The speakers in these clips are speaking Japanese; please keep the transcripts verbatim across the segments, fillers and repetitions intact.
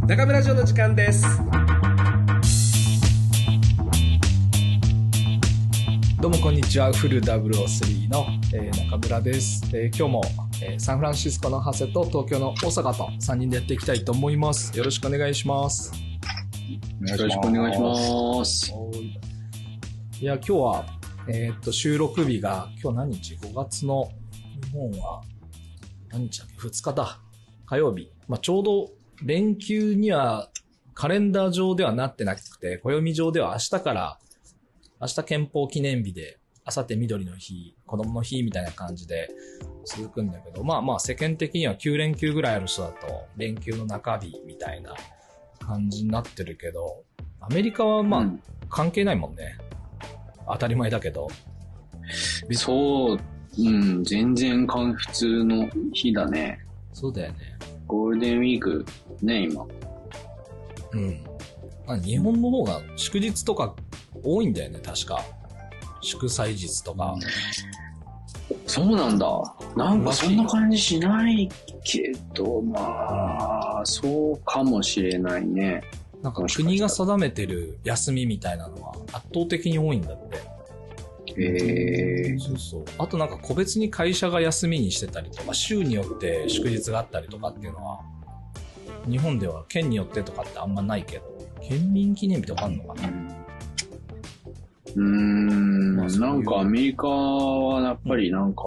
中村城の時間です。 どうもこんにちは。フルダブルオースリーの、えー、中村です、えー、今日も、えー、サンフランシスコの長谷と東京の大阪とさんにんでやっていきたいと思います。よろしくお願いします。 よろしくお願いします。 いや今日は、えー、っと収録日が今日何日 ?ご 月の日本は何日だっけふつかだ火曜日、まあ、ちょうど連休にはカレンダー上ではなってなくて暦上では明日から明日憲法記念日で明後日緑の日子供の日みたいな感じで続くんだけど、まあまあ世間的にはきゅう連休ぐらいある人だと連休の中日みたいな感じになってるけど、アメリカはまあ関係ないもんね、うん、当たり前だけど。 そう、うん、全然普通の日だね。 そうだよね。 ゴールデンウィークね今。 うん。まあ、日本の方が祝日とか多いんだよね確か。祝祭日とか。 そうなんだ。なんかそんな感じしないけど、まあそうかもしれないね。 なんか国が定めてる休みみたいなのは圧倒的に多いんだって。 へー。 そうそう。あとなんか個別に会社が休みにしてたりとか、週によって祝日があったりとかっていうのは、日本では県によってとかってあんまないけど、県民記念日とかあるのかな。 うーん、まあ、なんかアメリカはやっぱりなんか、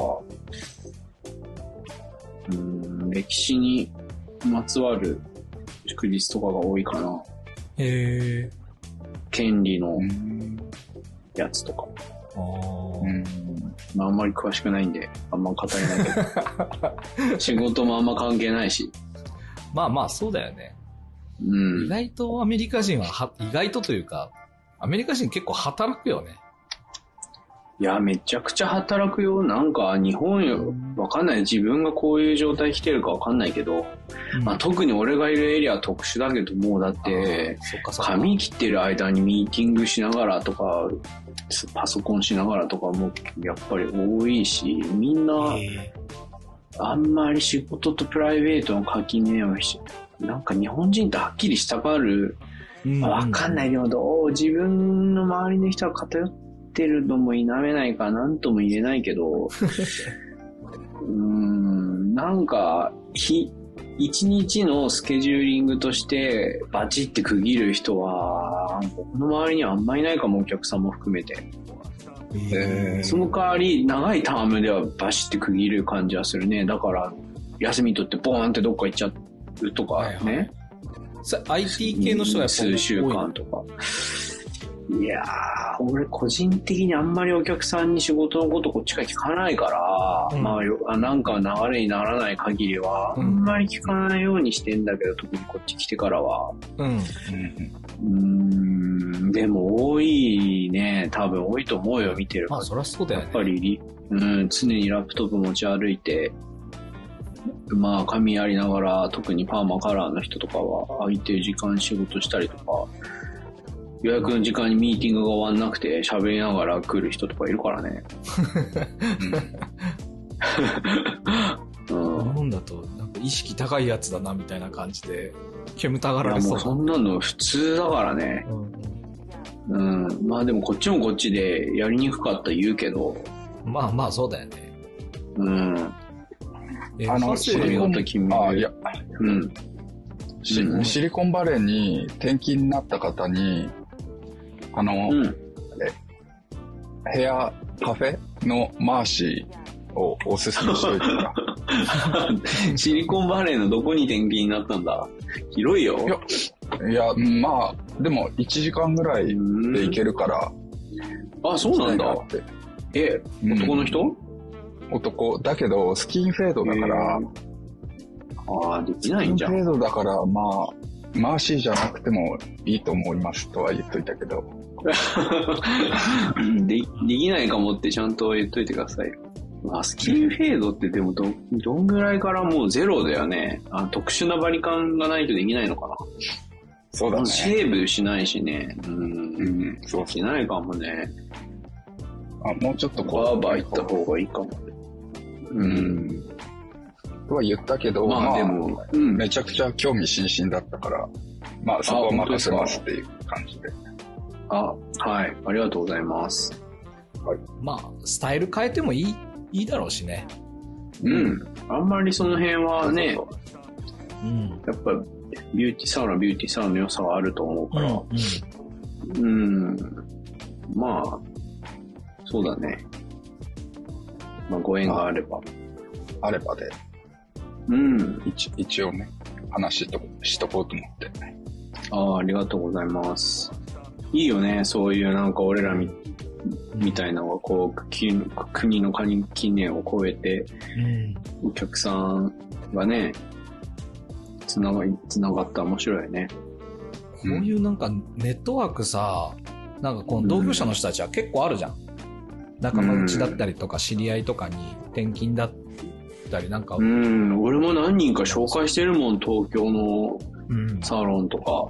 うん、うーん歴史にまつわる祝日とかが多いかな。 へー。 権利のやつとか。 あー、うん、 まあ、あんまり詳しくないんであんま語れないけど仕事もあんま関係ないし。 まあまあそうだよね、 うん、 意外とアメリカ人はは意外とというかアメリカ人結構働くよね。 いやめちゃくちゃ働くよ。なんか日本よわかんない、自分がこういう状態来てるかわかんないけど、うんまあ、特に俺がいるエリアは特殊だけどもうだって髪切ってる間にミーティングしながらとかパソコンしながらとかもやっぱり多いし、みんなあんまり仕事とプライベートの垣根をし、なんか日本人ってはっきりしたがる、うん、わかんないけどどう自分の周りの人は偏ってるのも否めないかなんとも言えないけどうーんなんか日一日のスケジューリングとしてバチって区切る人は僕の周りにはあんまりいないかも、お客さんも含めて。えー、その代わり長いタームではバシって区切る感じはするね。だから休み取ってボーンってどっか行っちゃうとかね、はいはい、 アイティー 系の人がやっぱ数週間とか。いやー俺個人的にあんまりお客さんに仕事のことこっちから聞かないから、うん、まあなんか流れにならない限りはあんまり聞かないようにしてんだけど、特にこっち来てからは。うん。うーんでも多いね、多分多いと思うよ見てる。 まあそりゃそうだよね。 やっぱりうん常にラップトップ持ち歩いて。まあ髪やりながら特にパーマカラーの人とかは空いてる時間仕事したりとか。予約の時間にミーティングが終わんなくて喋りながら来る人とかいるからね。 うん、日本だとなんか意識高いやつだなみたいな感じで煙たがられそう。 いやもうそんなの普通だからね。うん、うん、まあでもこっちもこっちでやりにくかった言うけど。 まあまあそうだよね。 うん。 えあのシリコンあいやうんシ、うん、シリコンバレーに転勤になった方に。あの、うん、えヘアカフェのマーシーをおすすめしといてからシリコンバレーのどこに転勤になったんだ。広いよ。 いや、いやまあでもいちじかんぐらいで行けるから。 あ、そうなんだ。え、男の人？うん、 男だけどスキンフェードだから。 ああ、できないんじゃん。 スキンフェードだからまあマーシーじゃなくてもいいと思いますとは言っといたけどで, できないかもってちゃんと言っといてくださいよ。まあ、スキンフェードってでも ど, どんぐらいからもうゼロだよね。あ特殊なバリカンがないとできないのかな。 そうだね。 シェーブしないしね。うん、うん、そうしないかもね。 あもうちょっとこうバーバー行った方がいいかも。うん。 とは言ったけど、 まあでも、 まあうん、めちゃくちゃ興味津々だったから。 まあそこは任せますっていう感じで。 あ、はい。ありがとうございます。 はい。まあ、スタイル変えてもいい、いいだろうしね。 うん。あんまりその辺はね、そうそう、うん、やっぱビューティーサウナ、ビューティーサウナの良さはあると思うから。うん。うん、まあ、そうだね。まあ、ご縁があれば。 あ、あればで。 うん。 一, 一応ね、話しとしとこうと思って。 ああ、ありがとうございます。いいよね、そういうなんか俺らみ、みたいなのがこう、国の近年を超えて、うん、お客さんがね、つながり、つながったら面白いね。 こういうなんかネットワークさ、なんかこの同業者の人たちは結構あるじゃん。仲間内だったりとか知り合いとかに転勤だったりなんか。 うん、俺も何人か紹介してるもん、東京のサロンとか。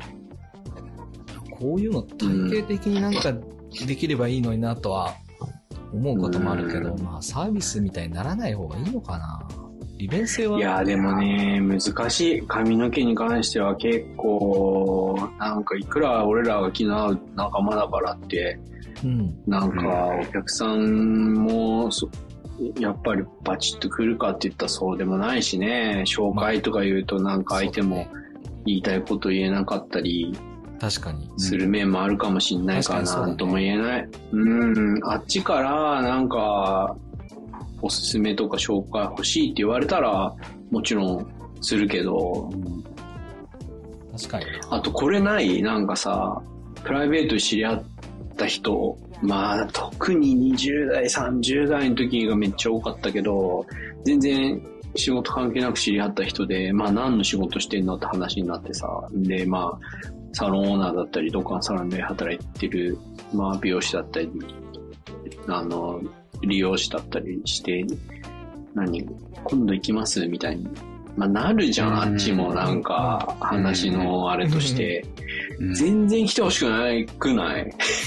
こういうの体系的になんかできればいいのになとは思うこともあるけど、まあサービスみたいにならない方がいいのかな。利便性は。 いやでもね、難しい。髪の毛に関しては結構、なんかいくら俺らが気の合う仲間だからって、うん、なんかお客さんもそやっぱりバチッと来るかって言ったらそうでもないしね。紹介とか言うとなんか相手も言いたいこと言えなかったり、 確かにする面もあるかもしれないからなんとも言えない。うん、あっちからなんかおすすめとか紹介欲しいって言われたらもちろんするけど、うん、 確かに。 あとこれないなんかさ、プライベートで知り合った人、まあ特ににじゅう代さんじゅう代の時がめっちゃ多かったけど、全然仕事関係なく知り合った人で、まあ何の仕事してんのって話になってさ、でまあサロンオーナーだったり、どっかのサロンで働いてる、まあ美容師だったり、あの、利用師だったりして、何、今度行きますみたいに、まあなるじゃん、あっちもなんか話のあれとして。全然来てほしくないくない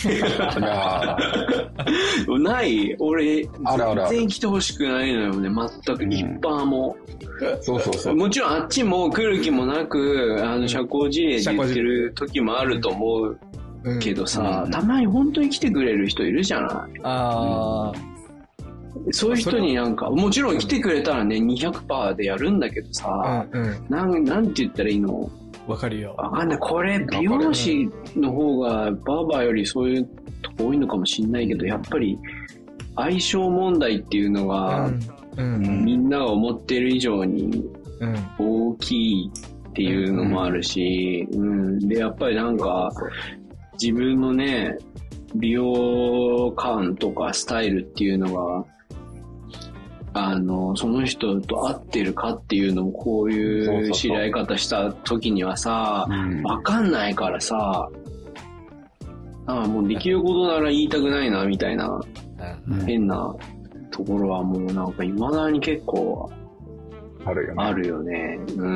ない俺、全然来てほしくないのよね、全く一般も。 そうそうそう。 もちろんあっちも来る気もなく、あの、社交辞令で言ってる時もあると思うけどさ、うん、たまに本当に来てくれる人いるじゃない。あー、そういう人になんか、もちろん来てくれたらね、にひゃくパーセント でやるんだけどさ、うんうん、なん、なんて言ったらいいの？ わかるよ。 わかんない。これ、美容師の方がバーバーよりそういうとこ多いのかもしんないけど、やっぱり相性問題っていうのが、うんうん、みんなが思ってる以上に大きいっていうのもあるし、うんうん、で、やっぱりなんか、自分のね、美容感とかスタイルっていうのが、あの、その人と合ってるかっていうのもこういう知り合い方した時にはさ、わかんないからさ、ああ、もうできることなら言いたくないな、みたいな、うん、変なところはもうなんか未だに結構あるよね。 あるよね。うん。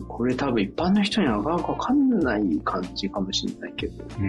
これ多分一般の人にはなかなかわかんない感じかもしれないけど。 うん。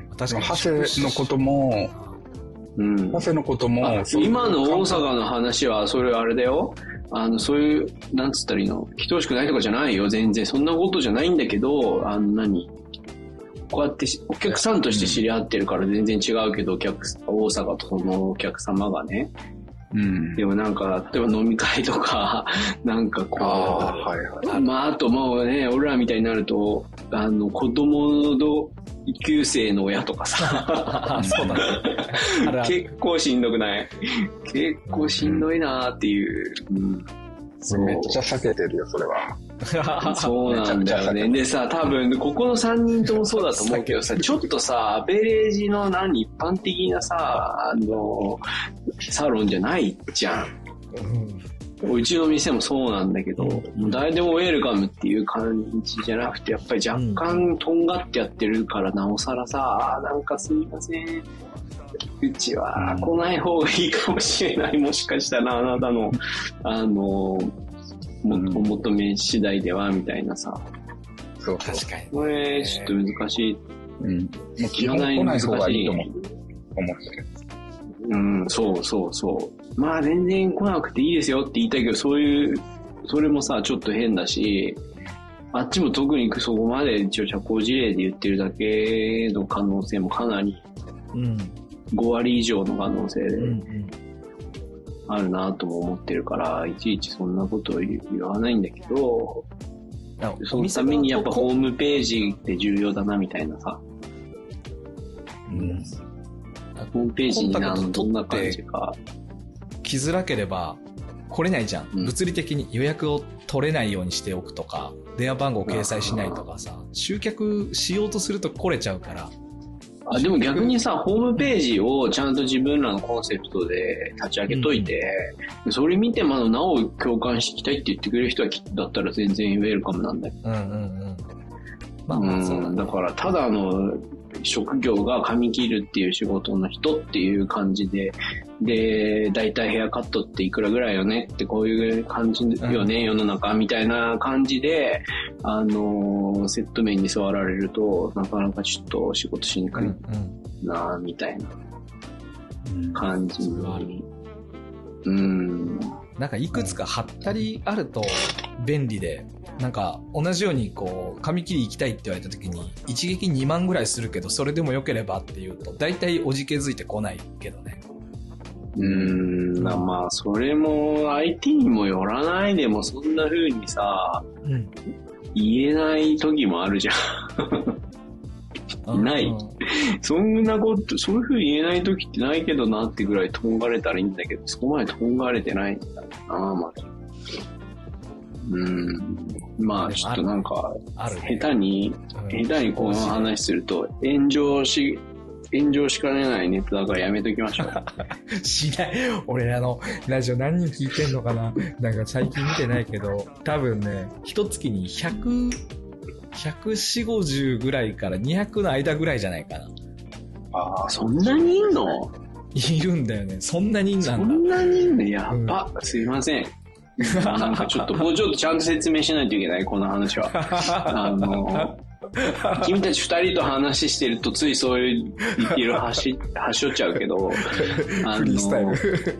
確かに、ハセのことも、うん。ハセのことも、 今の大阪の話は、それあれだよ。あの、そういう、なんつったらいいの？来てほしくないとかじゃないよ、全然。そんなことじゃないんだけど、あの、何？こうやって、お客さんとして知り合ってるから全然違うけど、お客、大阪とそのお客様がね。うん。でもなんか、例えば飲み会とか、なんかこう、あ、はいはい、まあ、あともうね、俺らみたいになると、あの、子供の級生の親とかさ、そうだね。結構しんどくない？結構しんどいなーっていう。うん、 めっちゃ避けてるよ、それは。 そうなんだよね。でさ、多分、ここのさんにんともそうだと思うけどさ、ちょっとさ、アベレージの何、一般的なさ、あの、サロンじゃないじゃん。うん、うちの店もそうなんだけど、うん、誰でもウェルカムっていう感じじゃなくて、やっぱり若干とんがってやってるから、なおさらさ、なんかすみません。うちは来ない方がいいかもしれない。もしかしたらあなたの、あの、もお求め次第ではみたいなさ。 そう、確かに。 これちょっと難しい。 うん。もう基本来ない方がいいと思う。思ったけど。 うん、そうそうそう。まあ全然来なくていいですよって言いたいけど、そういう、それもさ、ちょっと変だし、 あっちも特にそこまで一応社交辞令で言ってるだけの可能性もかなり、うん、ご割以上の可能性であるなとも思ってるから、いちいちそんなことを言わないんだけど、そのためにやっぱホームページって重要だなみたいなさ。うん、ホームページに何どんな感じか。 来づらければ来れないじゃん、うん。物理的に予約を取れないようにしておくとか、電話番号を掲載しないとかさ、集客しようとすると来れちゃうから。 あ、でも逆にさ、ホームページをちゃんと自分らのコンセプトで立ち上げといて、うん、それ見てもなお共感していきたいって言ってくれる人だったら全然ウェルカムなんだよ。うんうんうん。まあまあそうだね。だからただの職業が髪切るっていう仕事の人っていう感じで、で、だいたいヘアカットっていくらぐらいよねってこういう感じよね、うん、世の中みたいな感じで、あのー、セット面に座られるとなかなかちょっと仕事しにくいな、みたいな感じに。うん。 なんかいくつか貼ったりあると便利で、なんか同じようにこう髪切り行きたいって言われた時に一撃にまんぐらいするけどそれでもよければって言うと大体おじけづいてこないけどね。 うーん、まあそれも相手にもよらないでもそんな風にさ、うん、言えない時もあるじゃん。ない。そんなこと、そういう風に言えない時ってないけどなってぐらいとんがれたらいいんだけど、そこまでとんがれてないんだな、まだ。うん。まあちょっとなんか、下手に、下手にこの話すると炎上し、炎上しかねないネタだからやめときましょう。 しない。俺あの、ラジオ何人聞いてんのかな、なんか最近見てないけど、多分ね、一月にひゃく、ひゃくよんじゅう、ごじゅうぐらいからにひゃくの間ぐらいじゃないかな。 ああ、そんなにいんの？ いるんだよね。そんなにいんなんだ。 そんなにいんの？やっば、うん、すいません。なんかちょっと、もうちょっとちゃんと説明しないといけない、この話は。あの、君たち二人と話してるとついそういう言ってるはし、はしょっちゃうけど、あフリースタイル。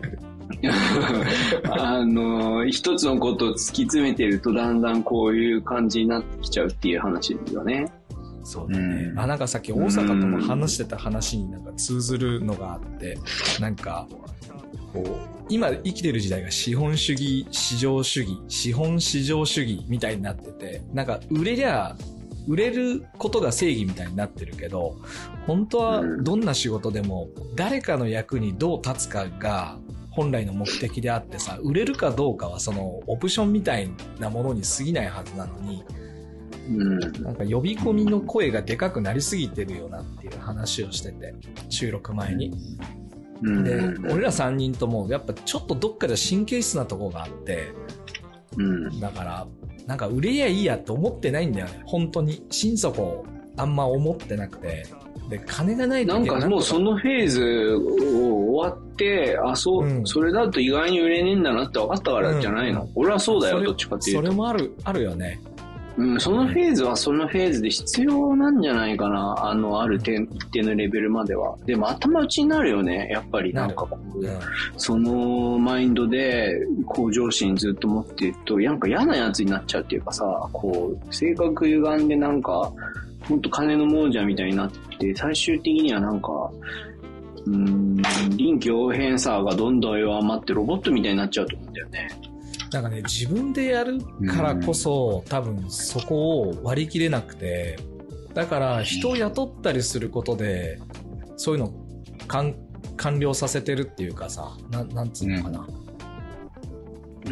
あの、一つのことを突き詰めてるとだんだんこういう感じになってきちゃうっていう話ですよね。 そうだね。うん、あ、なんかさっき大阪とも話してた話になんか通ずるのがあって、なんか、こう、今生きてる時代が資本主義、市場主義、資本市場主義みたいになってて、なんか売れりゃ、売れることが正義みたいになってるけど、本当はどんな仕事でも誰かの役にどう立つかが本来の目的であってさ、売れるかどうかはそのオプションみたいなものに過ぎないはずなのに、うん、なんか呼び込みの声がでかくなりすぎてるよなっていう話をしてて、収録前に。うん、で、俺らさんにんともやっぱちょっとどっかで神経質なとこがあって、うん、だからなんか売れやいいやって思ってないんだよね。本当に心底あんま思ってなくて、で金がないとなんかもうそのフェーズを終わって、あ、そう、うん、それだと意外に売れねえんだなって分かったからじゃないの。うん、俺はそうだよ、どっちかっていうと。 それもあるあるよね。 うん、そのフェーズはそのフェーズで必要なんじゃないかな。あの、ある点、一定のレベルまでは。でも頭打ちになるよね。やっぱりなんかこう、うん、そのマインドで向上心ずっと持っていると、なんか嫌なやつになっちゃうっていうかさ、こう、性格歪んでなんか、ほんと金の亡者みたいになって、最終的にはなんか、うーん、臨機応変さがどんどん弱まってロボットみたいになっちゃうと思うんだよね。 なんかね、自分でやるからこそ、多分そこを割り切れなくて、だから人を雇ったりすることで、そういうの完完了させてるっていうかさ、ななんつうのかな。うん。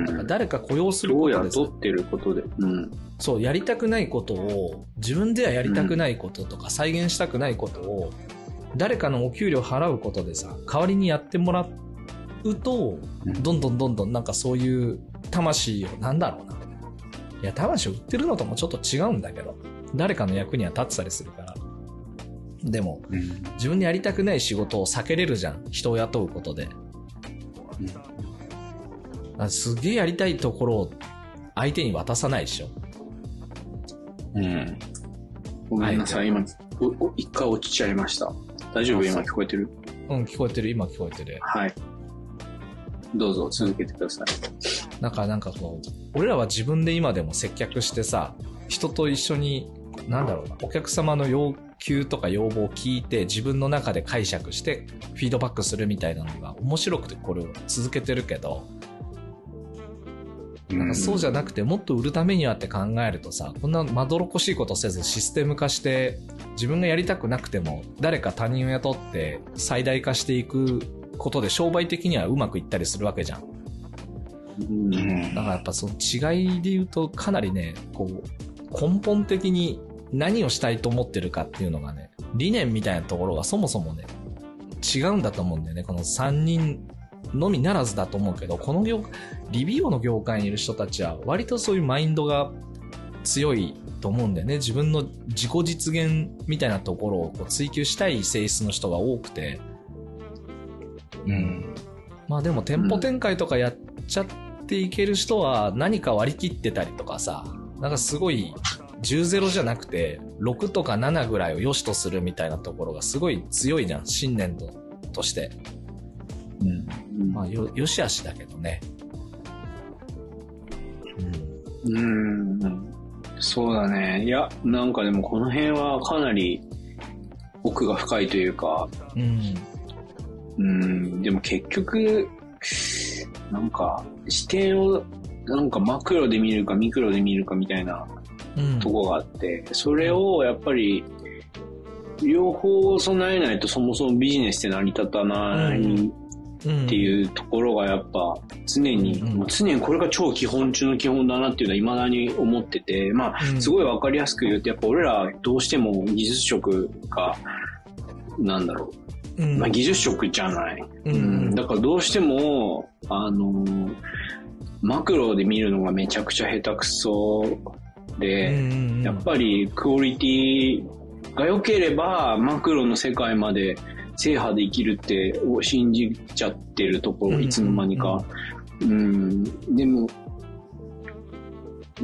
なんか誰か雇用することでさ、雇ってることで、うん。 そう、やりたくないことを、自分ではやりたくないこととか、再現したくないことを、誰かのお給料払うことでさ、代わりにやってもらって、うとどんどんどんどんなんかそういう魂をなんだろうな、いや魂を売ってるのともちょっと違うんだけど、誰かの役には立ってたりするから。でも、うん、自分でやりたくない仕事を避けれるじゃん、人を雇うことで、うん、すげえやりたいところを相手に渡さないでしょ。 うん。ごめんなさい、今おお一回落ちちゃいました。大丈夫？今聞こえてる？ うん、聞こえてる。今聞こえてる。 はい。どうぞ続けてください。 だからなんかこう、俺らは自分で今でも接客してさ、人と一緒に、なんだろうな、お客様の要求とか要望を聞いて、自分の中で解釈して、フィードバックするみたいなのが面白くてこれを続けてるけど、なんかそうじゃなくてもっと売るためにはって考えるとさ、こんなまどろっこしいことせずシステム化して自分がやりたくなくても誰か他人を雇って最大化していくことで商売的にはうまくいったりするわけじゃん。うん、だからやっぱその違いで言うとかなりね、こう根本的に何をしたいと思ってるかっていうのがね、理念みたいなところがそもそもね違うんだと思うんだよね。このさんにんのみならずだと思うけど、この業リビオの業界にいる人たちは割とそういうマインドが強いと思うんだよね。自分の自己実現みたいなところをこう追求したい性質の人が多くて、うん、まあでも店舗展開とかやっちゃっていける人は何か割り切ってたりとかさ、なんかすごいじゅうゼロじゃなくてろくとかななぐらいを良しとするみたいなところがすごい強いじゃん、信念と、として。うん、まあよ、よしあしだけどね。 うん。うん。そうだね。いや、なんかでもこの辺はかなり奥が深いというか、うん。うん。でも結局、なんか視点をなんかマクロで見るかミクロで見るかみたいなとこがあって、うん、それをやっぱり両方備えないとそもそもビジネスって成り立たない、うんっていうところがやっぱ常に、うん、もう常にこれが超基本中の基本だなっていうのは未だに思ってて、まあすごいわかりやすく言うとやっぱ俺らどうしても技術職がなんだろう、うん、まあ技術職じゃない、うんうん、だからどうしてもあのマクロで見るのがめちゃくちゃ下手くそで、うんうんうん、やっぱりクオリティが良ければマクロの世界まで制覇で生きるってを信じちゃってるところ、いつの間にか。うん、うん、でも、うん、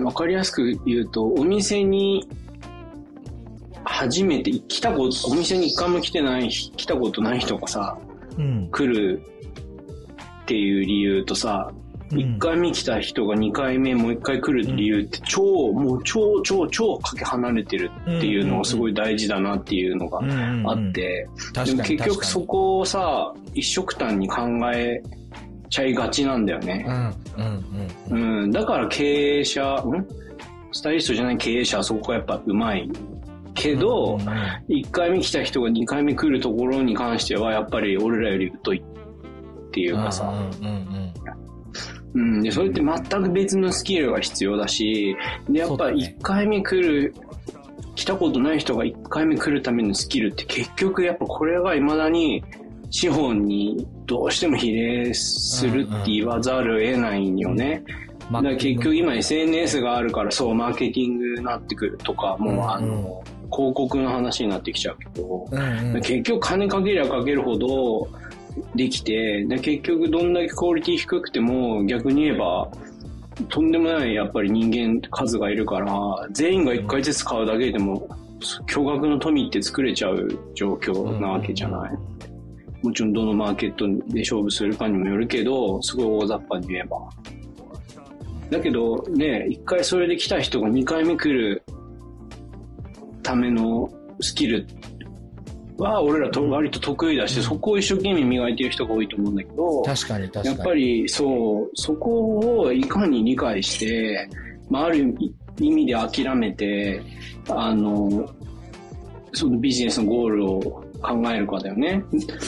わかりやすく言うと、お店に初めて来たこと、お店に一回も来てない、来たことない人がさ、うん、来るっていう理由とさ、一、うん、回目来た人が二回目もう一回来る理由って超、うん、もう超超超かけ離れてるっていうのがすごい大事だなっていうのがあって、でも結局そこをさ、一色単に考えちゃいがちなんだよね。うんうんうんうん、だから経営者、んスタイリストじゃない経営者はそこがやっぱうまい。けど、うんうんうん、いっかいめ来た人がにかいめ来るところに関してはやっぱり俺らより疎いっていうかさ、うんうんうんうん、でそれって全く別のスキルが必要だし、でやっぱいっかいめ来る、来たことない人がいっかいめ来るためのスキルって結局やっぱこれが未だに資本にどうしても比例するって言わざるを得ないよね。うんうん、だから結局今 エスエヌエス があるからそうマーケティングになってくるとか、もう、うんうん、あの広告の話になってきちゃうけど、うんうん、結局金かけりゃかけるほどできて、で結局どんだけクオリティ低くても逆に言えばとんでもないやっぱり人間数がいるから、全員がいっかいずつ買うだけでも巨額の富って作れちゃう状況なわけじゃない。もちろんどのマーケットで勝負するかにもよるけど、すごい大雑把に言えば。だけどね、いっかいそれで来た人がにかいめ来るためのスキルは俺らと割と得意だし、うん、そこを一生懸命磨いてる人が多いと思うんだけど、 確かに確かにやっぱりそうそこをいかに理解して、まあ、ある意味で諦めてあのそのビジネスのゴールを考えるかだよね。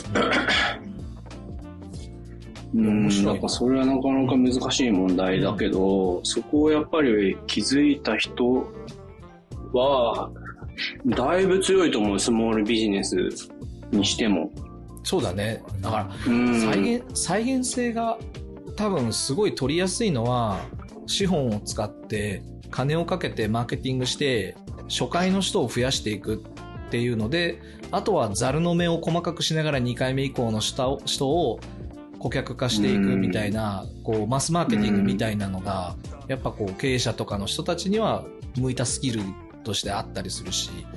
うん、なんかそれはなかなか難しい問題だけど、うん、そこをやっぱり気づいた人はだいぶ強いと思う、スモールビジネスにしても。 そうだね。だから再現、再現性が多分すごい取りやすいのは、資本を使って金をかけてマーケティングして初回の人を増やしていくっていうので、あとはザルの目を細かくしながらにかいめ以降の人を顧客化していくみたいな、こうマスマーケティングみたいなのがやっぱこう経営者とかの人たちには向いたスキルとしてあったりするし、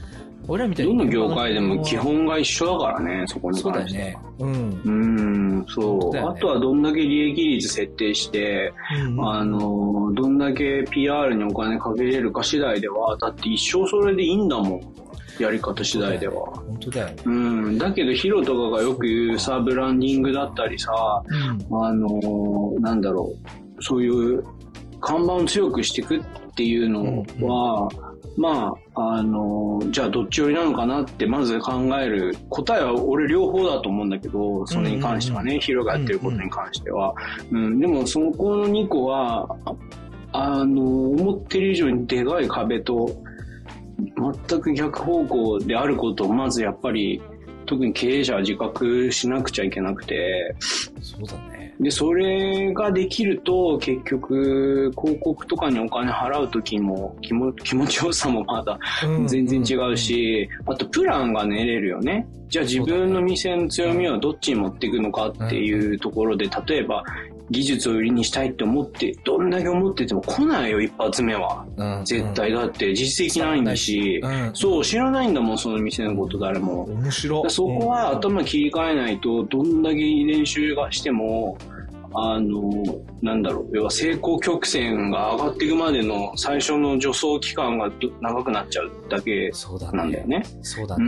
俺らみたいに。 どの業界でも基本が一緒だからね、そこに関しては。 そうだよね。うん。 うん、そう。ね、あとはどんだけ利益率設定して、うん、あの、どんだけ ピーアール にお金かけれるか次第では、だって一生それでいいんだもん。やり方次第では。 本当だよね。 うん。だけどヒロとかがよく言うさ、ブランディングだったりさ、うん、あの、なんだろう、そういう看板を強くしていくっていうのは、うんうん、まあ、あの、じゃあどっち寄りなのかなってまず考える。答えは俺両方だと思うんだけど、それに関してはね、うんうん、ヒロがやってることに関しては。うん、うん、でもそこのにこは、あの、思ってる以上にでかい壁と、全く逆方向であることをまずやっぱり特に経営者は自覚しなくちゃいけなくて、 そうだね。 でそれができると結局広告とかにお金払う時も気も気持ちよさもまだ全然違うし、うんうんうん、あとプランが練れるよね。じゃあ自分の店の強みをどっちに持っていくのかっていうところで、例えば技術を売りにしたいって思って、どんだけ思ってても来ないよ、一発目は。うん、絶対。だって実績ないんだし、うん、そう、知らないんだもん、その店のこと誰も。 面白い。 そこは頭切り替えないと、どんだけ練習がしても、あの、なんだろう、要は成功曲線が上がっていくまでの最初の助走期間が長くなっちゃうだけなんだよね。 そうだね。 うん。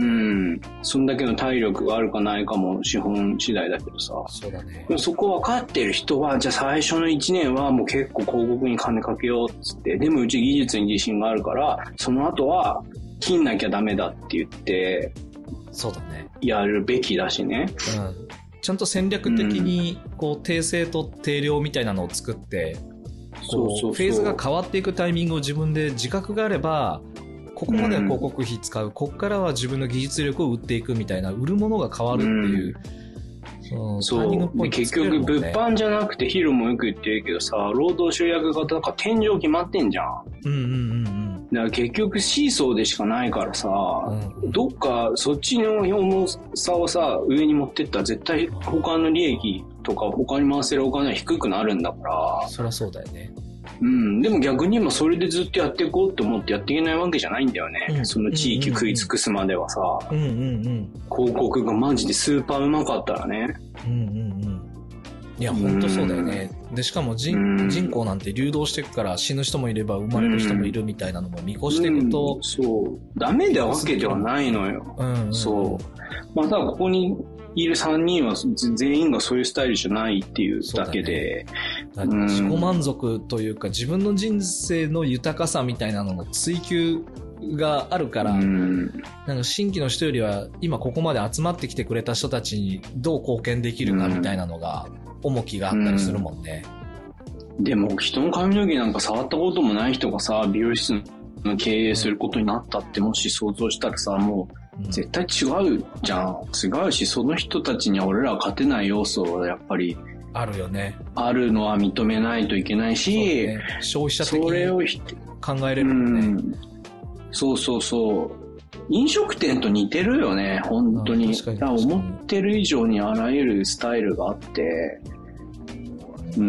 そんだけの体力があるかないかも資本次第だけどさ。 そうだね。 でもそこ分かってる人は、じゃあ最初のいちねんはもう結構広告に金かけようっつって、でもうち技術に自信があるから、その後は切んなきゃダメだって言って、 そうだね。 やるべきだしね。 うん。ちゃんと戦略的にこう定性と定量みたいなのを作って、こうフェーズが変わっていくタイミングを自分で自覚があれば、ここまでは広告費使う、ここからは自分の技術力を売っていくみたいな、売るものが変わるっていう、 うん、そう。で結局物販じゃなくてヒロもよく言ってるけどさ、労働集約型とか天井決まってんじゃん。 うんうんうんうん。 だから結局シーソーでしかないからさ、うん、どっかそっちの重さをさ上に持ってったら絶対他の利益とか他に回せるお金は低くなるんだから。 そりゃそうだよね。 うん、でも逆に今それでずっとやっていこうって思ってやっていけないわけじゃないんだよね。うん、その地域食い尽くすまではさ、 うんうんうん、 広告がマジでスーパーうまかったらね。 うんうんうん。いや、ほんとそうだよね。で、しかも 人, 人口なんて流動していくから死ぬ人もいれば生まれる人もいるみたいなのも見越していくと、 うん、そう。ダメでわけではないのよ。うんうんうん、そう。まあ、ただここにいるさんにんは全員がそういうスタイルじゃないっていうだけで。 だね、自己満足というか自分の人生の豊かさみたいなのの追求があるから、うん、なんか新規の人よりは今ここまで集まってきてくれた人たちにどう貢献できるかみたいなのが重きがあったりするもんね。 うん、でも人の髪の毛なんか触ったこともない人がさ、美容室の経営することになったってもし想像したらさ、もう絶対違うじゃん。違うし、その人たちには俺らは勝てない要素はやっぱりあるよね。 あるのは認めないといけないし、 ね、消費者的に考えれるもんね。うん、 そうそうそう。飲食店と似てるよね、本当に。確かに確かに。思ってる以上にあらゆるスタイルがあって、うん、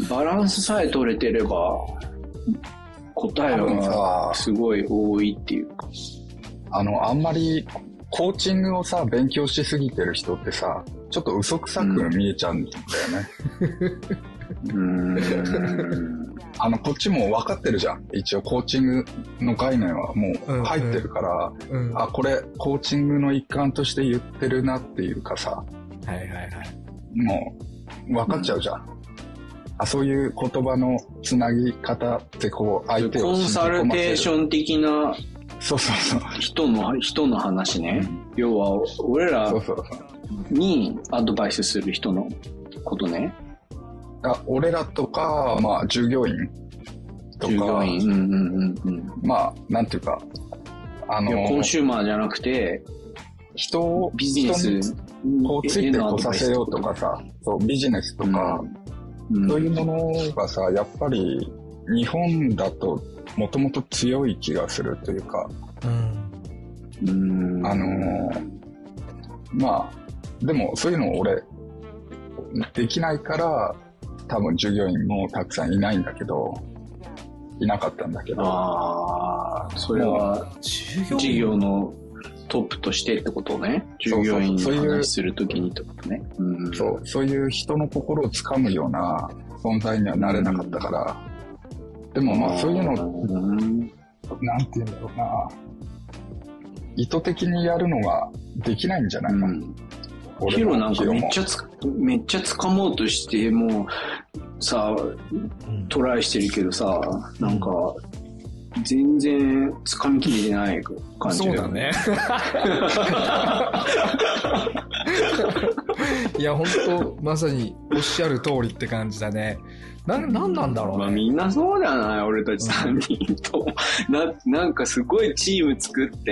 バランスさえ取れてれば、答えはすごい多いっていうか。 あの、あんまりコーチングをさ、勉強しすぎてる人ってさ、ちょっと嘘くさく見えちゃうんだよね。うーんあの、こっちも分かってるじゃん。一応コーチングの概念はもう入ってるから、うんうん、あ、これコーチングの一環として言ってるなっていうかさ。 はいはいはい。 もう分かっちゃうじゃん。うん、あ、そういう言葉のつなぎ方ってこう相手をコンサルテーション的なそうそうそう人の人の話ね。うん、要は俺らにアドバイスする人のことね。 あ、俺らとか、まあ、従業員とか。 従業員。うんうんうんうん。 まあ、なんていうか、 あのー、コンシューマーじゃなくて、 人を、ビジネスにこうついてこさせようとかさ、そう、ビジネスとか、うん、そういうものがさ、やっぱり、日本だと、もともと強い気がするというか、うん。あのー、まあ、でも、そういうのを俺、できないから、多分従業員もたくさんいないんだけど、いなかったんだけど。 ああ、それは事業のトップとしてってことね。従業員に話するときにってことね。 うん、そう、そういう人の心をつかむような存在にはなれなかったから。でもまあそういうの、うん、なんて言うんだろうな。意図的にやるのができないんじゃないかな。うんヒロなんかめっちゃつ、めっちゃ掴もうとして、もう、さ、トライしてるけどさ、なんか、全然掴みきれてない感じ。 そうだね。いや、本当まさにおっしゃる通りって感じだね。な、なんなんだろうね。 まあみんなそうじゃない俺たちさんにんと。な、なんかすごいチーム作って、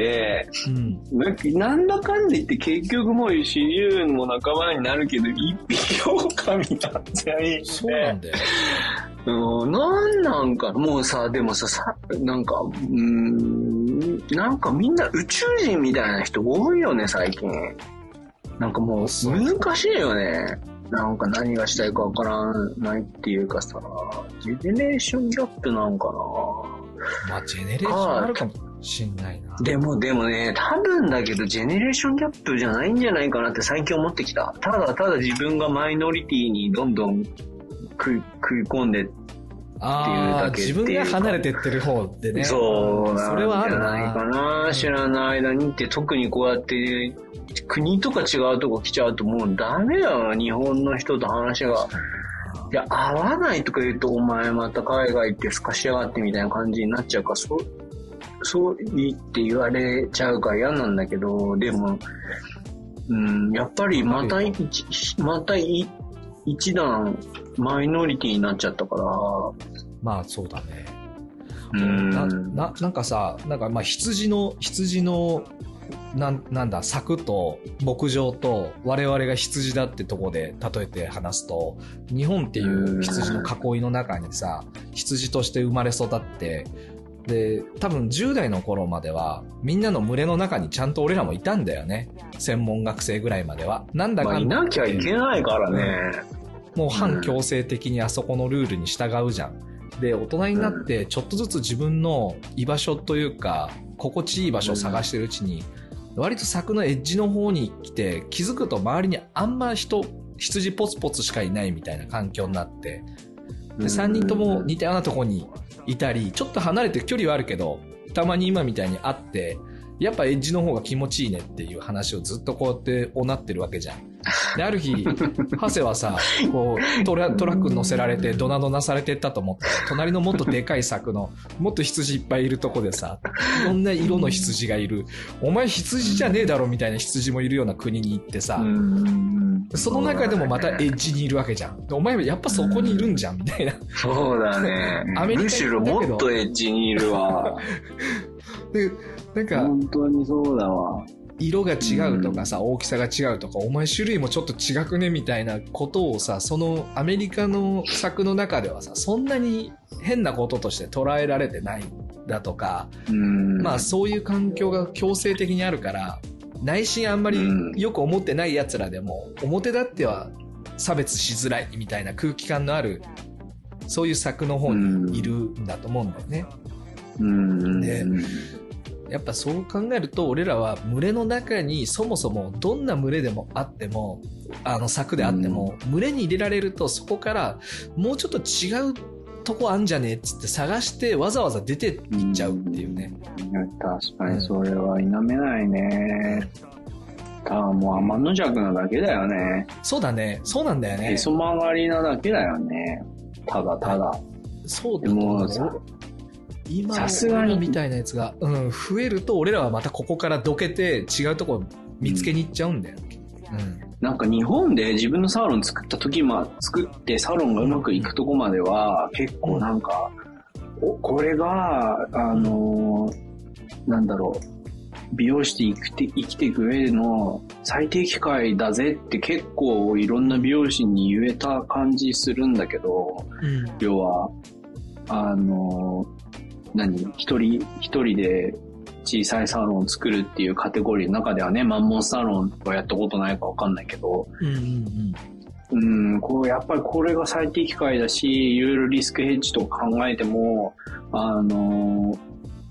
うん、なんかなんだかんだ言って結局もうよんじゅうも仲間になるけど、一匹狼になっちゃい。 そうなんだよ。 うん、なんなんか、もうさ、でもさ、さなんか、うーん、なんかみんな宇宙人みたいな人多いよね、最近。なんかもう難しいよね。なんか何がしたいかわからないっていうかさ、ジェネレーションギャップなんかな。 まあジェネレーションあるかもしんないな。 でもでもね、多分だけどジェネレーションギャップじゃないんじゃないかなって最近思ってきた。ただただ自分がマイノリティにどんどん食い、食い込んでっていうだけっていうか。 自分が離れてってる方でね。 そうなんじゃないかな。知らない間にって、特にこうやって国とか違うとこ来ちゃうともうダメだよ。日本の人と話が。いや、合わないとか言うと、お前また海外行ってすかしやがってみたいな感じになっちゃうから、そう、そういいって言われちゃうから嫌なんだけど、でも、うん、やっぱりまた一、また一段マイノリティになっちゃったから。 まあそうだね。うんな、な、なんかさ、なんかまあ羊の、羊の、な, なんだ柵と牧場と我々が羊だってとこで例えて話すと、日本っていう羊の囲いの中にさ、羊として生まれ育って、で多分じゅう代の頃まではみんなの群れの中にちゃんと俺らもいたんだよね。専門学生ぐらいまではなんだかんだ、 まあ、いなきゃいけないからね、 うん、もう反強制的にあそこのルールに従うじゃん。で大人になってちょっとずつ自分の居場所というか心地いい場所を探してるうちに、うん、割と柵のエッジの方に来て気づくと周りにあんま人羊ポツポツしかいないみたいな環境になって、でさんにんとも似たようなとこにいたり、ちょっと離れて距離はあるけどたまに今みたいに会って、やっぱエッジの方が気持ちいいねっていう話をずっとこうやっておなってるわけじゃん。である日ハセはさ、こうトラ、トラックに乗せられてドナドナされてったと思って、隣のもっとでかい柵のもっと羊いっぱいいるとこでさ、いろんな色の羊がいる、お前羊じゃねえだろみたいな羊もいるような国に行ってさ、その中でもまたエッジにいるわけじゃん。お前やっぱそこにいるんじゃんみたいな。 そうだね。アメリカむしろもっとエッジにいるわ。 でなんか本当にそうだわ。 色が違うとかさ、大きさが違うとか、お前種類もちょっと違くねみたいなことをさ、そのアメリカの作の中ではさ、そんなに変なこととして捉えられてないだとか、うんまあそういう環境が強制的にあるから、内心あんまりよく思ってない奴らでも表立っては差別しづらいみたいな空気感のある、そういう作の方にいるんだと思うんだよね。うんでやっぱそう考えると、俺らは群れの中にそもそもどんな群れでもあっても、あの柵であっても、群れに入れられると、そこからもうちょっと違うとこあんじゃねえっつって探してわざわざ出ていっちゃうっていうね。 確かにそれは否めないね。ただもう天の弱なだけだよね。 そうだね。そうなんだよね。 へそ曲がりなだけだよね。ただただ。 そうだと思う。今さすがにみたいなやつが、うん、増えると俺らはまたここからどけて違うとこ見つけに行っちゃうんだよ、うんうん、なんか日本で自分のサロン作った時、まあ、作ってサロンがうまくいくとこまでは結構なんか、うん、おこれがあのー、なんだろう美容師で生きて生きていく上での最適解だぜって結構いろんな美容師に言えた感じするんだけど、うん、要はあのー何一人一人で小さいサロンを作るっていうカテゴリーの中ではね、マンモスサロンはやったことないかわかんないけど、うんうんうん、うんこうやっぱりこれが最適解だし、いろいろリスクヘッジとか考えても、あのー、